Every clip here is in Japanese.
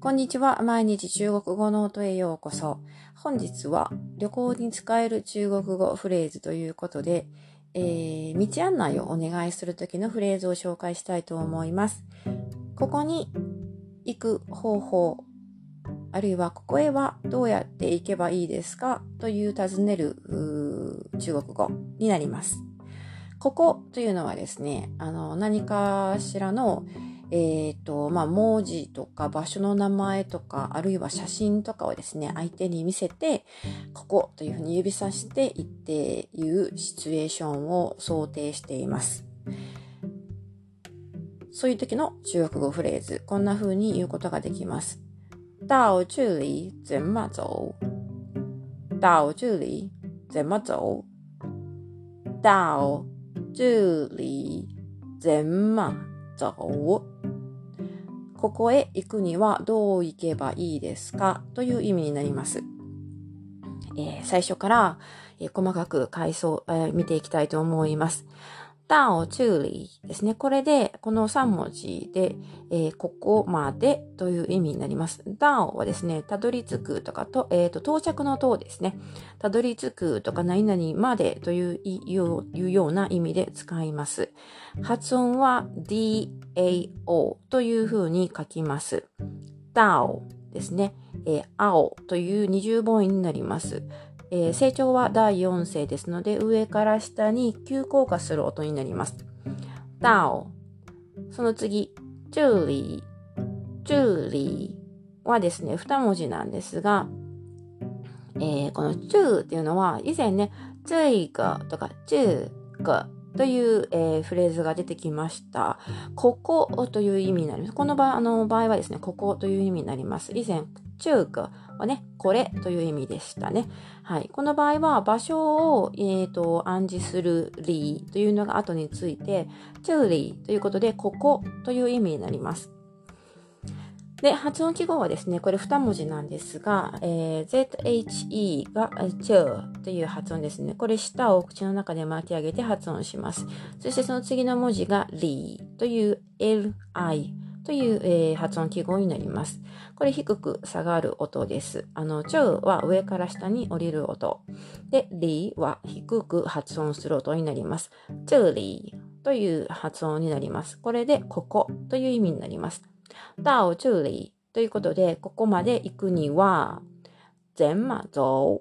こんにちは。毎日中国語ノートへようこそ。本日は旅行に使える中国語フレーズということで、道案内をお願いするときのフレーズを紹介したいと思います。ここに行く方法、あるいはここへはどうやって行けばいいですかという尋ねる中国語になります。ここというのはですね、何かしらの文字とか場所の名前とか、あるいは写真とかをですね、相手に見せて、ここというふうに指さして言っていうシチュエーションを想定しています。そういう時の中国語フレーズ、こんな風に言うことができます。到这里怎么走？到这里怎么走？到这里怎么走？ここへ行くにはどう行けばいいですかという意味になります。最初から、細かく見ていきたいと思います。到这里ですね。これで、この3文字で、ここまでという意味になります。到はですね、たどり着くとかと、到着の到ですね。たどり着くとか何々までというような意味で使います。発音は DAO という風に書きます。到ですね。青という二重母音になります。声調は第4声ですので、上から下に急降下する音になります。到。その次、这里はですね、2文字なんですが、この这っていうのは、以前ね、这个とか这个という、フレーズが出てきました。ここという意味になります。この場合はですね、ここという意味になります。以前、这个はね、これという意味でしたね。はい。この場合は場所を、暗示するりというのが後について、这里ということで、ここという意味になります。で、発音記号はですね、これ2文字なんですが、ZHE がチェーという発音ですね。これ舌を口の中で巻き上げて発音します。そしてその次の文字がリという LI という、発音記号になります。これ低く下がる音です。チェーは上から下に降りる音。で、リは低く発音する音になります。这里という発音になります。これでここという意味になります。到这里ということで、ここまで行くには、怎么走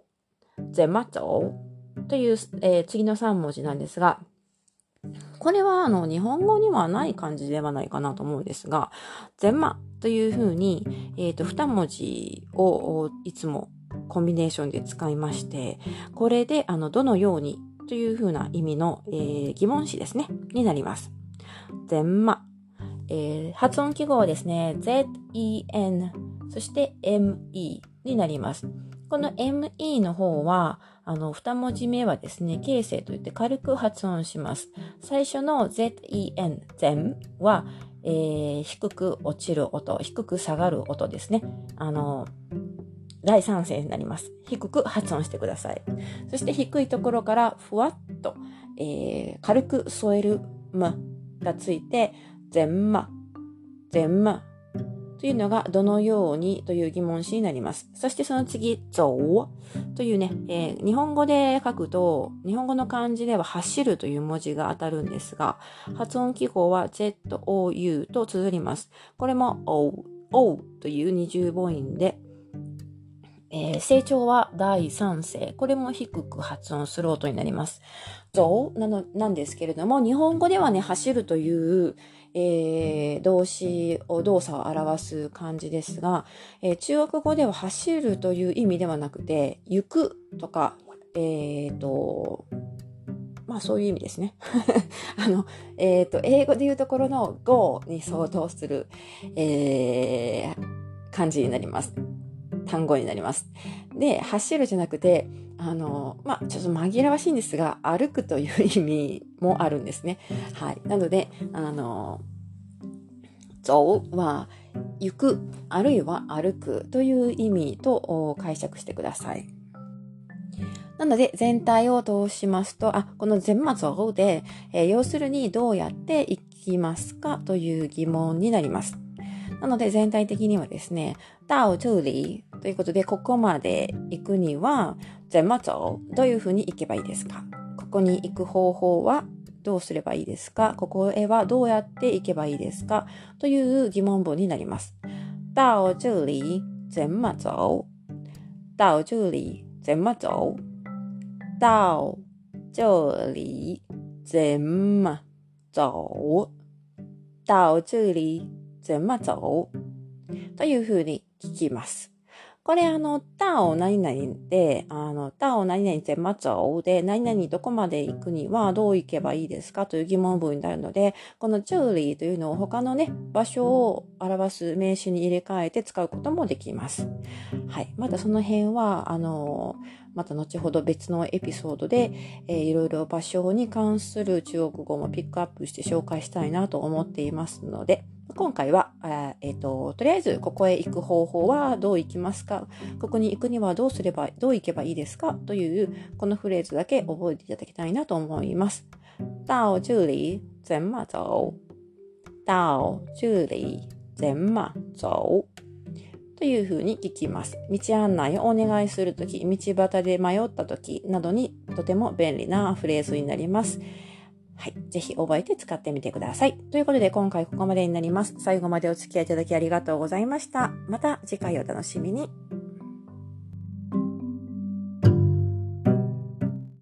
という、次の3文字なんですが、これは日本語にはない漢字ではないかなと思うんですが、怎么というふうに、2文字をいつもコンビネーションで使いまして、これでどのようにというふうな意味の、疑問詞ですね、になります。怎么発音記号はですね、ZEN、そして ME になります。この ME の方は、2文字目はですね、形声といって軽く発音します。最初の ZEN、全は、低く落ちる音、低く下がる音ですね。第3声になります。低く発音してください。そして低いところからふわっと、軽く添えるむがついて、怎么というのがどのようにという疑問詞になります。そしてその次、走というね、日本語で書くと、日本語の漢字では走るという文字が当たるんですが、発音記号は ZOU と綴ります。これも O という二重母音で、声調は第3声。これも低く発音する音になります。走なんですけれども、日本語ではね、走るという、動作を表す漢字ですが、中国語では走るという意味ではなくて、行くとか、そういう意味ですね。英語で言うところの go に相当する、漢字になります。単語になります。で、走るじゃなくて、ちょっと紛らわしいんですが、歩くという意味もあるんですね。はい。なので、走は行く、あるいは歩くという意味と解釈してください。なので、全体を通しますと、この怎么走で、要するにどうやって行きますかという疑問になります。 なので全体的にはですね、到这里ということで、ここまで行くには、怎么走？どういうふうに行けばいいですか？ここに行く方法はどうすればいいですか？ここへはどうやって行けばいいですか？という疑問文になります。到这里怎么走？到这里怎么走？到这里怎么走？到这里怎么走？というふうに聞きます。これ到何々で、到何々怎么走で、何々どこまで行くにはどう行けばいいですかという疑問文になるので、この这里というのを他のね、場所を表す名詞に入れ替えて使うこともできます。はい。またその辺は、また後ほど別のエピソードで、いろいろ場所に関する中国語もピックアップして紹介したいなと思っていますので、今回は、とりあえずここへ行く方法はどう行きますか？ここに行くにはどう行けばいいですか？というこのフレーズだけ覚えていただきたいなと思います。到这里怎么走？到这里怎么走？というふうに聞きます。道案内をお願いするとき、道端で迷ったときなどにとても便利なフレーズになります。はい。ぜひ覚えて使ってみてください。ということで今回ここまでになります。最後までお付き合いいただきありがとうございました。また次回お楽しみに。